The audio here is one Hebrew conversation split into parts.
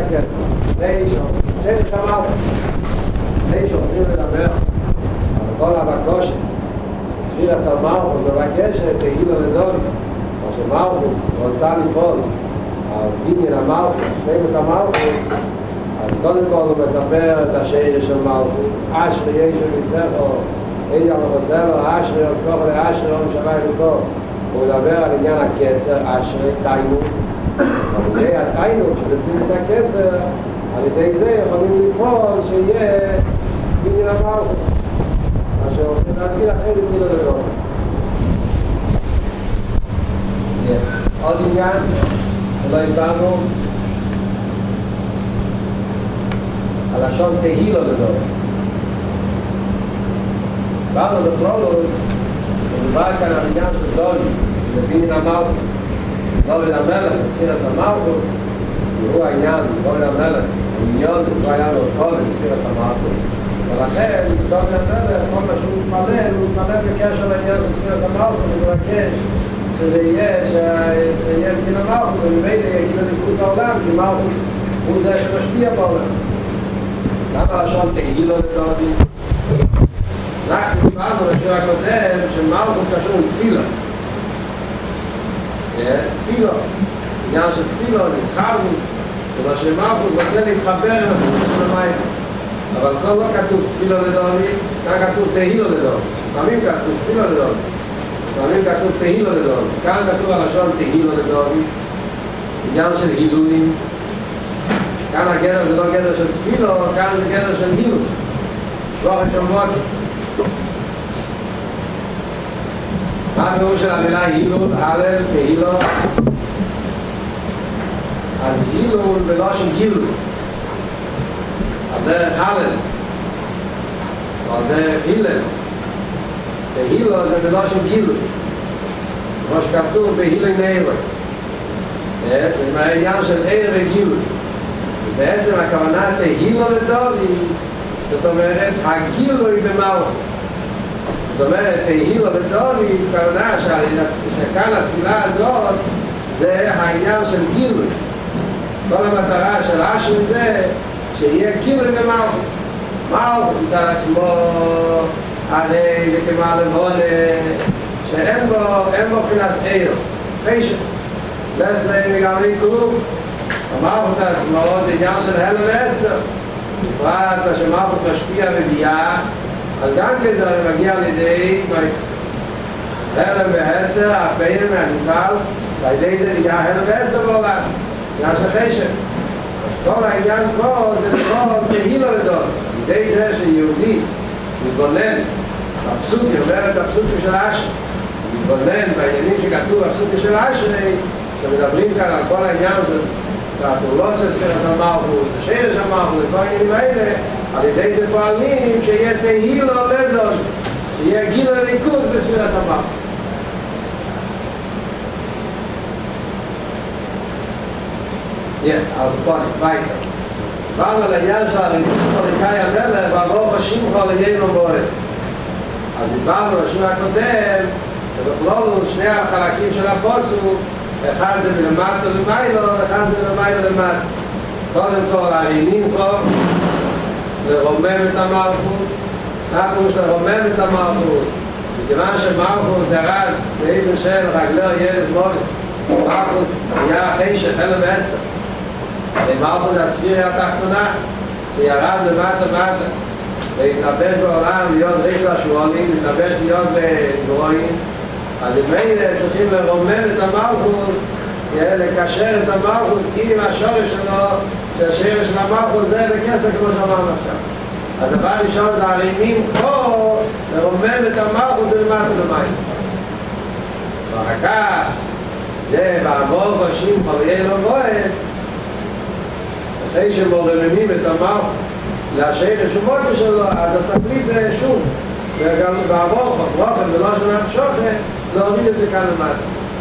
הכסף. שני שמעו. שני שהולכים לדבר על כל הבקושת. ספירה סמאוכוס מבקשת תהילו לדורי. מה שמאוכוס רוצה לפעול על בניין המאוכוס, שני המאוכוס, אז קודם כל הוא מספר את השאלה של מאוכוס. אשרי ישו מסכו, אידי על החוסר, אשרי עוד כוח לאשרי עוד שווה איתו. הוא מדבר על עניין הכסר, אשרי, תיינו. על ידי התיינו, שזה פנימוס הכסר, על ידי זה יכולים לפעול שיהיה בניין המאוכוס. מה שהולכים להגיד אחרי לפעול לדבר. עוד עניין, שלא הסברנו, הלשון תהילו לדבר. באנו בפרולוס, מדובר כאן על עניין של דולי, לבניין המלכות. דוד המלך, ספירס המלכות, והוא העניין, דוד המלך, העניון, הוא היה לו קודם, ספירס המלכות. ולכן, דוד המלך, כל מה שהוא מתפלל בקשר לעניין של ספירס המלכות, הוא מבקש שזה יהיה בניין המלכות, וממילא יגיד לליכוד בעולם, כי מלכות הוא זה שמשפיע בעולם. למה לשון תהילו לדודי? רק דיברנו בשיר הקודם שמלכות קשור לתפילה. תפילה, עניין של תפילה, נסחרנות, כלומר שמלכות רוצה להתחבר עם הספירה של המים. אבל כל לא כתוב תפילה לדודי, כאן כתוב תהילו לדודי. פעמים כתוב תפילה לדודי, פעמים כתוב תהילו לדודי. כאן כתוב הלשון תהילו לדודי, עניין של הילולים. כאן הגדר זה לא גדר של תפילו, כאן זה גדר של הילול. שבוח ראשון בוקר. מה הפירוש של המילה הילול? הלל, תהילו. אז הילול בלושן גילוי. על דרך הלל. או על דרך הלל. תהילו זה בלושן גילוי. כמו שכתוב בהילי נאילה. זה מהעניין של עיר וגילוי. בעצם הכוונה תהילו לדודי, זאת אומרת, הגילוי במלכות. זאת אומרת, תהילו לדודי, הכוונה שכאן התפילה הזאת זה העניין של גילוי. כל המטרה של אשרי זה שיהיה גילוי במלכות. מלכות מצד עצמו, הרי זה כמה לבונה, שאין בו פינס עיר, פשט. לסלעים לגמרי כלום. המלכות עצמו זה עניין של הלם ואסתר. בפרט מה שמלכות משפיע וביאה, אז גם כזה מגיע לידי הלם ואסתר, הפעילים מהנפעל, לידי זה נהיה הלם ואסתר בעולם, עניין של חשב. אז כל העניין פה זה לכל תהילו לדוד. לידי זה שיהודי מתבונן בפסוקים, אומרת הפסוקים של אשרי, מתבונן בעניינים שכתוב בפסוקים של אשרי, שמדברים כאן על כל העניין של הפעולות של ספירס המלכות, השרש המלכות, וכל העניינים האלה, על ידי זה פועלים שיהיה תהילו לדודי, שיהיה גילוי ליכוז בספירס המלכות. על פונים, ביתה. באנו על העניין של הריבוש מרדכי המלך, ועבור השמחו לעניינו בועט. אז הסברנו בשיר הקודם, ובכלולו שני החלקים של הפוסוק, אחד זה מלמטה למיילו, ואחד זה מלמיילו למטה. קודם כל, הרימים פה, לרומם את המלכות. אנחנו יש לרומם את המלכות. מכיוון שמלכות ירד באיבן של רגלו ילד מורס. מלכות היה חשך, הלם ואסתר. מלכות זה הספירה התחתונה, שירד למטה. והתלבש בעולם להיות ריש לשואלים, התלבש להיות בגרועים. אז מילא צריכים לרומם את המלכות, לקשר את המלכות עם השורש שלו, שהשורש של המלכות זה בכסר כמו שאמרנו עכשיו. אז דבר ראשון זה הרימים פה, לרומם את המלכות זה למטה למים. ואחר כך, זה בעבור חושים חוליי לא בועט, אחרי שמורממים את המלכות לשורש ומוטו שלו, אז התכלית זה שוב. וגם בעבור חוברוכם ולא שונה פשוכה, להוריד את זה כאן למטה.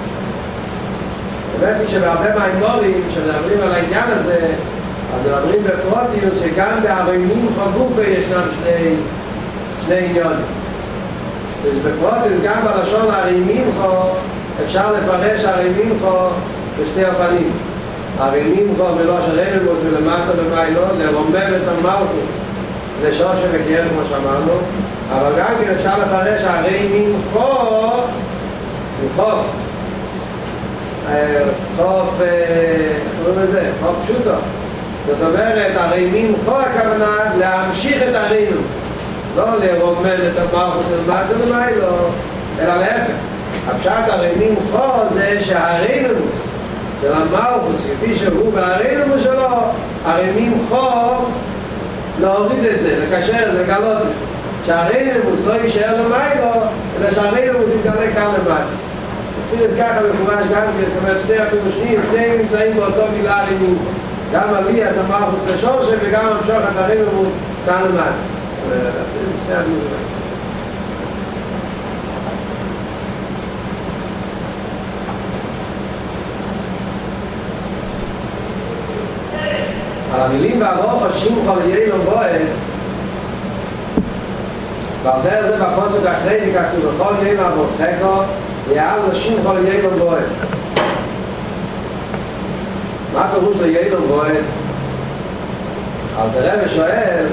באמת היא שבהרבה מהאימורים שמדברים על העניין הזה, אז מדברים בפרוטיוס שגם בהרימים חגופה ישנם שני עניונים. בפרוטיוס גם בלשון הרימים אפשר לפרש הרימים בשני אופנים. הרימים כבר בלוש הרממוס ולמטה במיילו, לרומם את המלכות לשושן וקרן כמו שאמרנו, אבל גם כן אפשר לפרש הרימים חוף, חוף, קוראים לזה, חוף פשוטו. זאת אומרת, הרימים חוף הכוונה להמשיך את הרימוס, לא לרומם את המלכות ולמטה במיילו, אלא להפך. הפשט הרימים חוף זה שהרימוס של המלכות, כפי שהוא בהרימוס שלו, הרימים חוף להוריד את זה, לקשר את זה, לגלות את זה. שהרימוס לא יישאר למיילו, אלא שהרימוס יתגלה כאן למטה. עושים את זה ככה מפורש גם, זאת אומרת, שני הפירושים, שניהם נמצאים באותו מילה הרימים. גם עלי אז המלכות לשושן וגם המשוך אז הרימוס כאן למטה. שני הדיונים. על המילים והרוב השמחו ליילום בועד, ועל דרך זה בפוסק אחרי זה כתוב בכל יום אבותיכו יעל לשמחו ליילום בועד. מה פירוש ליילום בועד? אלתר רבי שואל,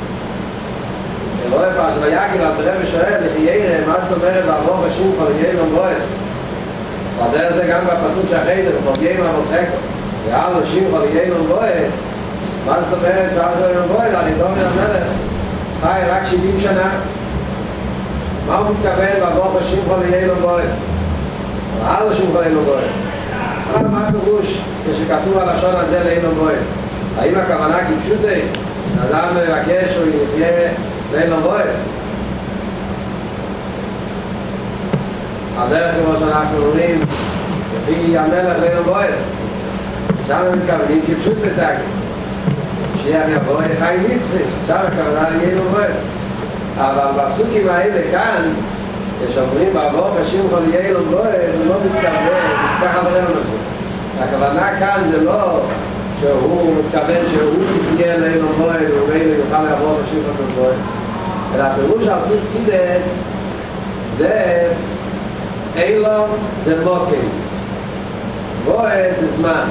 רואה פרשת ויקל, אלתר רבי שואל לחיירה, מה זאת אומרת והרוב השמחו ליילום בועד? ועל דרך זה גם בפסוק שאחרי זה בכל יום אבותיכו יעל לשמחו ליילום בועד. מה זאת אומרת ועל ליילום בועד? הרי דוד המלך חי רק 70 שנה. מה הוא מתכוון והרוב השמחו ליילום בועד? ועל השמחו ליילום בועד. אבל מה הפירוש כשכתוב הלשון הזה ליילום בועד? האם הכוונה כפשוטי? אדם מבקש או יחיה ליילום בועד? הדרך כמו שאנחנו אומרים לפי המלך ליילום בועד, שם הם מתכוונים כפשוטי תגיד שיח יבוא חיים נצחי, שם הכוונה ליילום בועד. אבל בפסוקים האלה כאן כשאומרים בעבור השמחו ליילום בועד, הוא לא מתכוון, ככה לא ראינו את זה. הכוונה כאן זה לא שהוא מתכוון שהוא יחיה ליילום בועד ומילא יוכל לעבור השמחו ליילום בועד, אלא הפירוש על פוצידס זה אילום זה מוקם, בועד זה זמן.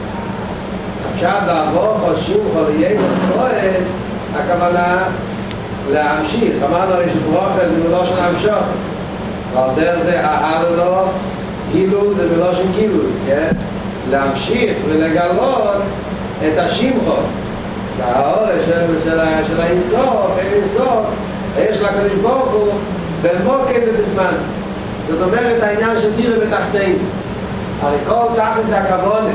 עכשיו בעבור השמחו ליילום בועד הכוונה להמשיך. אמרנו הרי שברוכה זה מלושן המשוך, ועל דרך זה ההלו גילוי זה מלושן גילוי, כן? להמשיך ולגלות את השמחו, האורש של האינסוף, אינסוף יש לה קדוש ברוך הוא במוקם ובזמן. זאת אומרת העניין של דירה בתחתינו, הרי כל תכלס הכוונה,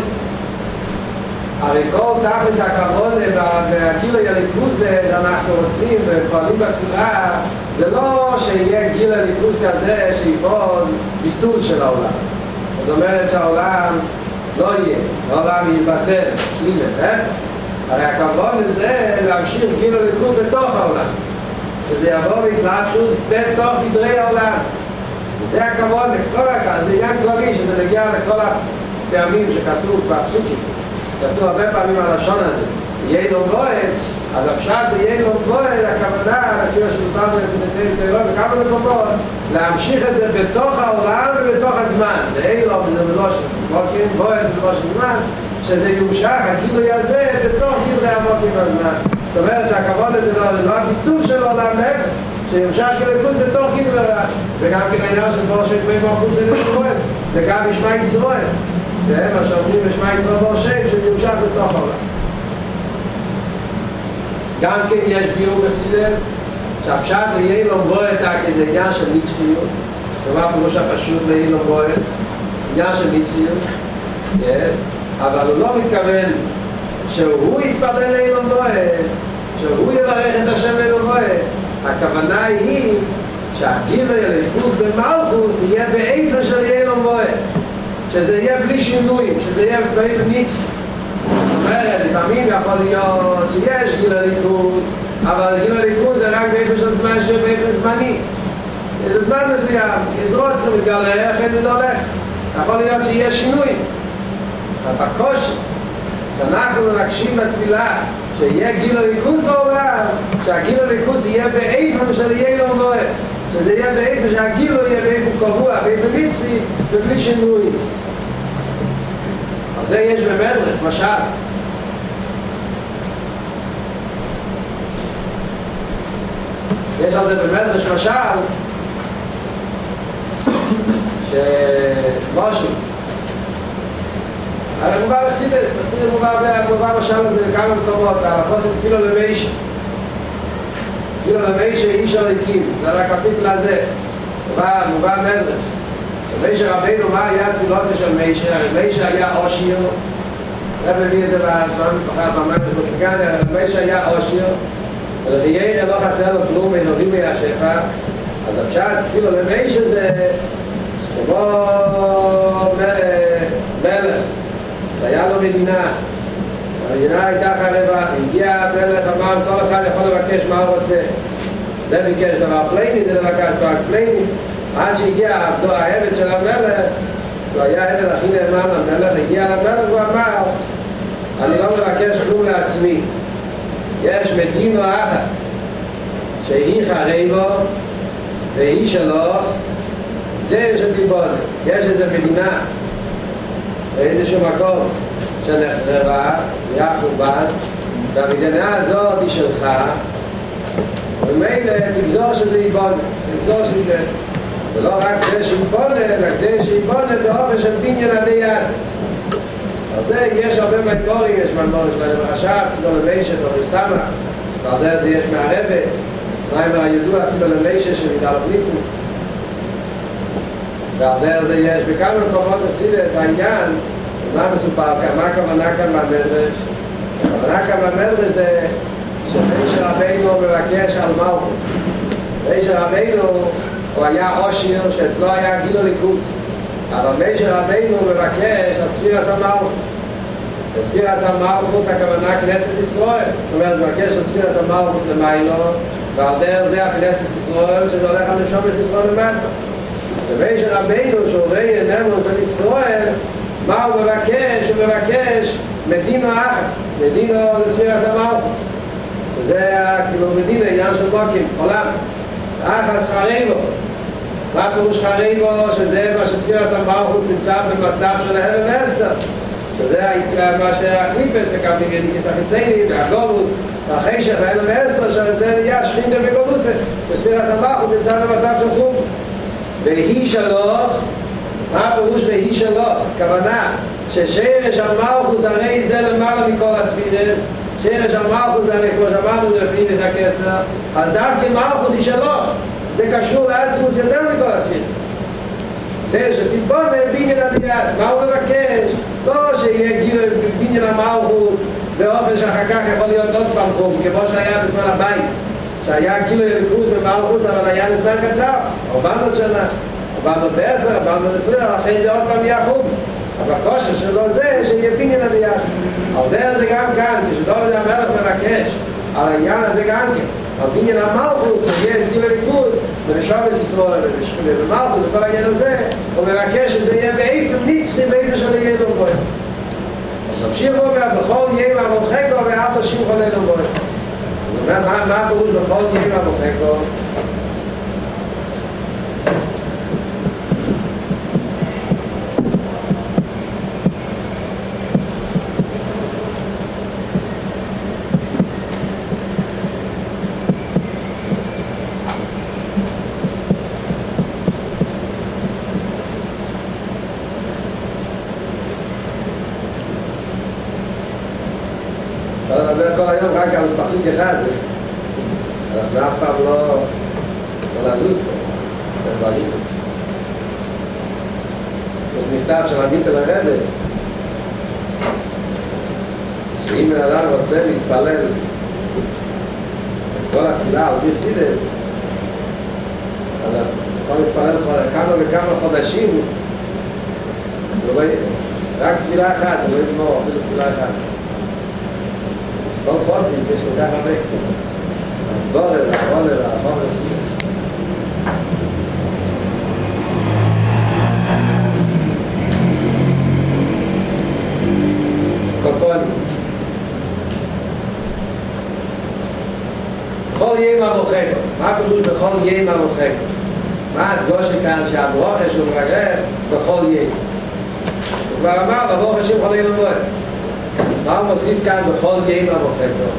הרי כל תכלס הכוונה והגילוי הליכוז שאנחנו רוצים ופועלים בתפילה, זה לא שיהיה גיל הליכוז כזה שיפעול ביטול של העולם. זאת אומרת שהעולם לא יהיה, העולם יתבטל, שלילה, הרי הכוונה זה להמשיך גיל הליכוז בתוך העולם, שזה יבוא בהתלבשות בתוך גדרי העולם. זה הכוונה, כל הכוונה, זה עניין כללי שזה מגיע לכל הפעמים שכתוב בפסוקים. כתוב הרבה פעמים על הלשון הזה, יילום בועד, אז הפשט ביילום בועד, הכוונה, לפי השמותם וכמה מקומות, להמשיך את זה בתוך העולם ובתוך הזמן. זה אילום, זה מלושן, מוקים, בועד זה מלושן זמן, שזה יומשך, הגילוי הזה, בתוך גילוי המוקים והזמן. זאת אומרת שהכוונה זה לא הביטול של העולם נפש, שימשך כליכוז בתוך גילוי העולם. וגם כן העניין של בורשת מי מוחוס אלינו בועד, וגם ישמע ישראל. זה מה שאומרים בשמע ישראל בורשת, שזה יומשך בתוך העולם. גם כן יש ביור בחסידות, שהפשט ליילום בועד זה עניין של נצחיות, כלומר פירוש הפשוט ליילום בועד, עניין של נצחיות, אבל הוא לא מתכוון שהוא יתפלל ליילום בועד, שהוא יברך את השם ליילום בועד. הכוונה היא שהגילוי הליכוז במלכוס יהיה באיפה של ליילום בועד, שזה יהיה בלי שינויים, שזה יהיה באיפה נצחי. זאת אומרת, לפעמים יכול להיות שיש גיל הליכוז, אבל גיל הליכוז זה רק באיפה של זמן שבאיפה זמני. זה זמן מסוים, יזרות זה מתגלה, אחרי זה הולך. יכול להיות שיהיה שינוי. אבל בקושי, שאנחנו מבקשים בתפילה שיהיה גיל הליכוז בעולם, שהגיל הליכוז יהיה באיפה של יילום בועד, שזה יהיה באיפה שהגיל יהיה באיפה קבוע, באיפה מצווי, ובלי שינוי. אז זה יש במדרש, משל. יש על זה במדרש משל שמושל הרי מובא בחסידות, בחסידות מובא משל הזה בכמה מקומות, על הפוסק פילו למיישה פילו למיישה איש הליקים, זה רק הפיתל הזה מובא מדרש מיישה רבינו, מה היה התפילוסיה של מיישה? מיישה היה אושיר רב מביא את זה בזמן פחד במאמר בסגניה, מיישה היה אושיר ולחיירה לא חסר לו כלום, אין הורים מהשפע אז הפשט כאילו למיישה זה כמו מלך היה לו מדינה המדינה הייתה חרבה הגיע המלך אמר כל אחד יכול לבקש מה הוא רוצה זה ביקש דבר פלייני זה לבקש דבר פלייני עד שהגיע העבד של המלך הוא היה העבד הכי נאמן למלך הגיע למלך והוא אמר אני לא מבקש כלום לעצמי יש מדינה אחת שהיא חרבו והיא שלו זה שתיבונה יש איזו מדינה באיזשהו מקום שנחרבה נהיה חורבן והמדינה הזאת היא שלך ומילא תגזור שזה ייבונה תגזור שזה ולא רק זה שיבונה רק זה שיבונה באופן של בניין עדי יד על זה יש הרבה מימורים יש מימורים שלהם עכשיו אפילו למיישה תורי סמך ועל זה יש מהרבא מיימר הידוע אפילו למיישה של ידע לפניסן ועל זה יש בכמה מקומות בחסידות העניין מה מסופר כאן, מה הכוונה כאן במדרש? הכוונה כאן במדרש זה שמיישה רבינו מבקש על מלכות מיישה רבינו הוא היה עושיר שאצלו היה גילו ליכוז אבל מיישה רבינו מבקש על ספירס המלכות ספירס המלכות הכוונה כנסת ישראל זאת אומרת מבקש על ספירס המלכות למיילו ועל דרך זה הכנסת ישראל שזה הולך על נשומת ישראל למטה ומיישה רבינו שהוא ראי איננו של ישראל מה הוא מבקש? הוא מבקש מדינה אחת מדינה לספירס המלכות וזה כאילו מדינה עניין של מוקים עולם אחת חרבו מה פירוש חרבו? שזה מה שספירס המלכות נמצא במצב של ההלם ואסתר שזה מה שהקליפס מקבלים ידיקיס החיציינים והגולוס והחשך וההלם ואסתר שזה נהיה שכינדה וגולוסת וספירס המלכות נמצא במצב של חום והיא שלוך מה הפירוש והיא שלוך? כוונה ששרש המלכות הרי זה למעלה מכל הספירס שרש המלכות הרי כמו שאמרנו זה בפנים את הכסר אז דווקא מלכות היא שלוך זה קשור לעצמוס יותר מכל הספירס זה שתיבונה בניין הדיין מה הוא מבקש? לא שיהיה גילו בניין המלכות באופן שאחר כך יכול להיות עוד פעם חום כמו שהיה בזמן הבית שהיה גילו ילכוז במלכות אבל היה לזמן קצר 400 שנה 410, 420, לכן זה עוד פעם יהיה חום אבל הכושר שלו זה שיהיה בניין הדיין על דרך זה גם כאן כשדוד המלך מבקש על העניין הזה גם כן על בניין המלכות שיהיה גילו ילכוז ונשומס ישראל ובמלכות וכל העניין הזה הוא מבקש שזה יהיה באיפה נצחי באיפה של יהיה לו בוי אז נמשיך ואומר בכל יהיה מהמותחקו ואף תשים חולנו בוי זאת אומרת מה הפירוש בכל יהיה מהמותחקו? כל היום רק על פסוק אחד אנחנו אף פעם לא נזוז פה יש מכתב של עמית אל הרבי שאם בן אדם רוצה להתפלל כל התפילה על פי חסידות אז יכול להתפלל כמה וכמה חודשים רק תפילה אחת, לא יגמור אפילו תפילה אחת כל פוסים, יש כל כך הרבה אז בורר, החומר קופון בכל יום המוחק מה כתוב בכל יום המוחק? מה הדגוש כאן שהברוכה שהוא מברך בכל יום כבר אמר, ברוך השם חולי למועד. מה הוא מוסיף כאן בכל ימי המוחקו?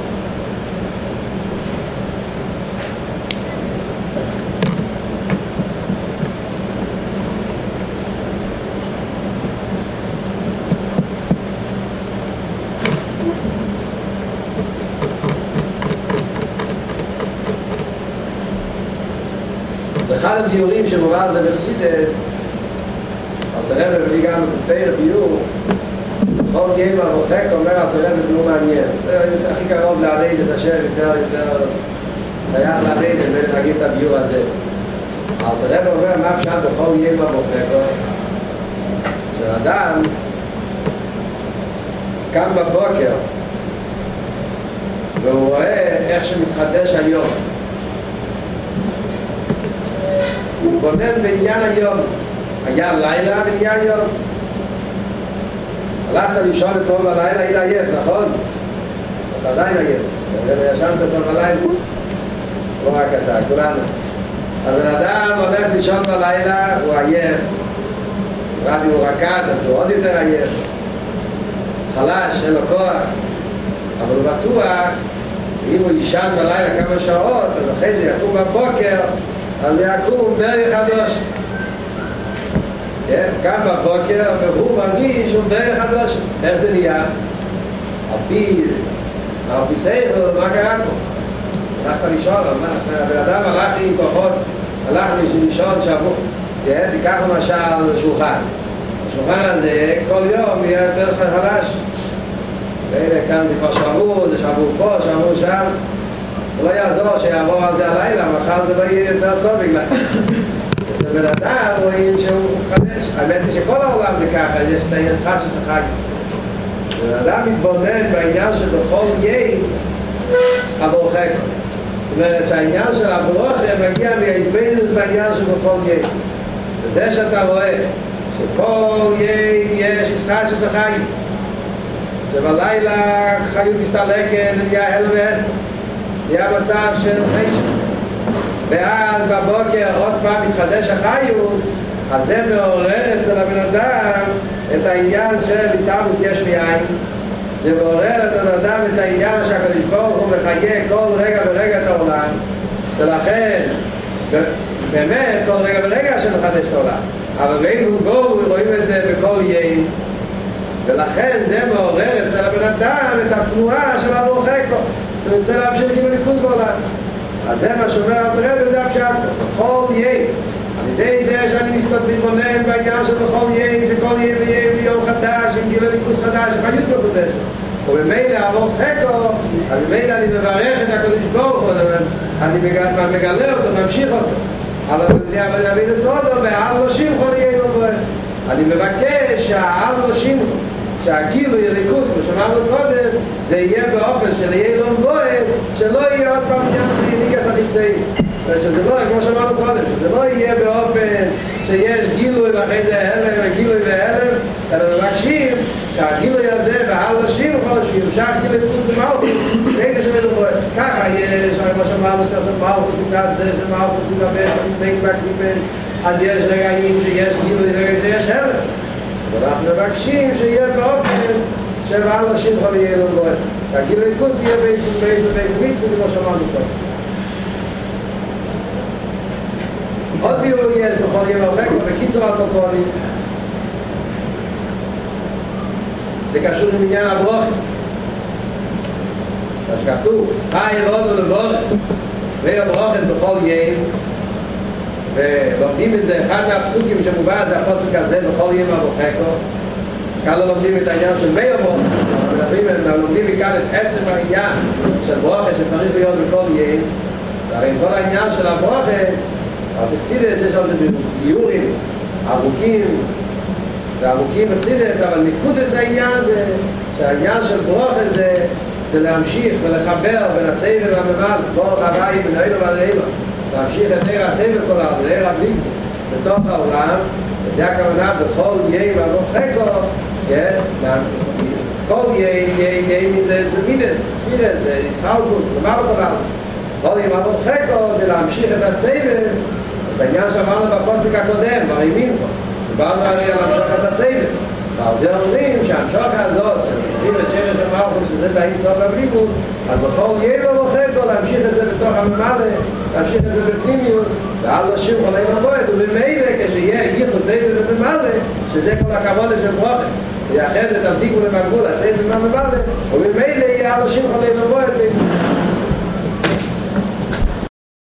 אחד הביורים שמובא זה בחסידות, אל תראה בלי גם בפתר ביור, בכל ימי המוחקו אומר אל תראה בביור מעניין. זה הכי קרוב להריידס אשר יותר שייך להריידס ולהגיד את הביור הזה. אל תראה אומר מה פשט בכל ימי המוחקו, שאדם קם בבוקר והוא רואה איך שמתחדש היום. הוא מתבונן בעניין היום. היה לילה בעניין יום. הלכת לישון אתמול בלילה, היית עייף, נכון? אתה עדיין עייף. ישנת אתמול בלילה. לא רק אתה, כולנו. אז האדם הולך לישון בלילה, הוא עייף. רדי הוא רקד, אז הוא עוד יותר עייף. חלש, אין לו כוח. אבל הוא בטוח שאם הוא יישן בלילה כמה שעות, אז אחרי זה יקום בבוקר, אז יקום ברך חדוש. קם בבוקר והוא מרגיש שהוא ברך חדוש. איך זה נהיה? על פי סייכל, מה קרה פה? הלכת לישון, הבן אדם הלך עם כוחות, הלך לישון שבוע. תיקח למשל שולחן. השולחן הזה כל יום יהיה יותר חלש. והנה כאן זה כבר שבוע, זה שבוע פה, שבוע שם. זה לא יעזור שיעבור על זה הלילה, מחר זה לא יהיה יותר טוב בגלל. אצל בן אדם רואים שהוא חדש. האמת היא שכל העולם זה ככה, יש את היצחק ששחק. בן אדם מתבונן בעניין של בכל יהיה הבורחק. זאת אומרת שהעניין של הברוכה מגיע מההתבוננות בעניין של בכל יהיה. וזה שאתה רואה שכל יהיה יש יצחק ששחק. שבלילה חיות מסתלקת, נהיה הלם ואסתר. נהיה מצב של חשך. ואז בבוקר עוד פעם מתחדש החיוס, אז זה מעורר אצל הבן אדם את העניין של איסאבוס יש מאין. זה מעורר את הבן אדם את העניין שהקדוש ברוך הוא מחיה כל רגע ורגע את העולם. ולכן, באמת כל רגע ורגע שמחדש את העולם. אבל באין בואו רואים את זה בכל יום. ולכן זה מעורר אצל הבן אדם את התנועה של הבורחקו. שהוא יוצא להמשיך כאילו ליכוז בעולם. אז זה מה שאומר התראה וזה הפשט. בכל יום. על ידי זה שאני מתבונן בעניין של בכל יום, שכל יום ויהיה יום חדש, עם גילה ליכוז חדש, חיות מחודשת. ובמילא הבורחקו, אז במילא אני מברך את הקדוש ברוך הוא, אני מגלה אותו, ממשיך אותו. על ידי לסודו, והעל לא שמחו נהיה לו בו. אני מבקש שהעל לא שמחו. שהגילו יליקוס, כמו שאמרנו קודם, זה יהיה באופן של יהיה לא מבועד, שלא יהיה עוד פעם עניין של יניקס החיצאי. שזה לא, כמו שאמרנו קודם, שזה לא יהיה באופן שיש גילוי ואחרי זה הלם וגילוי והלם, אלא מבקשים שהגילוי הזה והלשים חודשים, שהגילוי יקוס במלכות, שאין שמנו בועד. ככה יש, כמו שאמרנו, שתעשה מלכות מצד זה, שמלכות מתלבש, נמצאים בקליפן, אז יש רגעים שיש גילוי ורגעים שיש הלם. ואנחנו מבקשים שיהיה באופן שבעל נשים יכול יהיה לו בועד. והגיל ריקוץ יהיה בית מצווה כמו שאמרנו פה. עוד ביור יש בכל יום הרחק, בקיצור הקופונים. זה קשור עם עניין הברוכת. מה שכתוב, אלוהים ולבורך, והברוכת בכל יום. ולומדים את זה, אחד מהפסוקים שמובא זה הפסוק הזה בכל יום הרוחקו. כאן לא לומדים את העניין של מי יומות, אבל לומדים מכאן את עצם העניין של ברוכת שצריך להיות בכל יום. הרי כל העניין של הברוכת, בחסידות יש על זה ביורים ארוכים ועמוקים בחסידות, אבל נקודות העניין זה שהעניין של ברוכת זה להמשיך ולחבר בין הסבל והממל, ברוך הבאים בין אלו ועד אלו. להמשיך את עיר הסבל כל העולם, עיר הבליג בתוך העולם, וזה הכוונה בכל יום הרוחקו, כל יום זה מידס, ספירס, זה ישחלקות, לומר כל העולם. כל יום הרוחקו זה להמשיך את הסבל, בעניין שאמרנו בפוסק הקודם, ברימים פה, דיברנו הרי על המשך הסבל. ועל זה אומרים שהמשוקה הזאת, שמתחילים את שרש המלכות, שזה באינסוף הבליגות, אז בכל יהיה לו מוחקו להמשיך את זה בתוך הממלא, להמשיך את זה בפנימיוס, ועל לשיר חולי מבואת, ובמילא כשיהיה ייחוד סייבר בממלא, שזה כל הכבוד של ברוכס, יאחד את הבדיקו למגבול, הסייבר בממלא, ובמילא יהיה על לשיר חולי מבואת,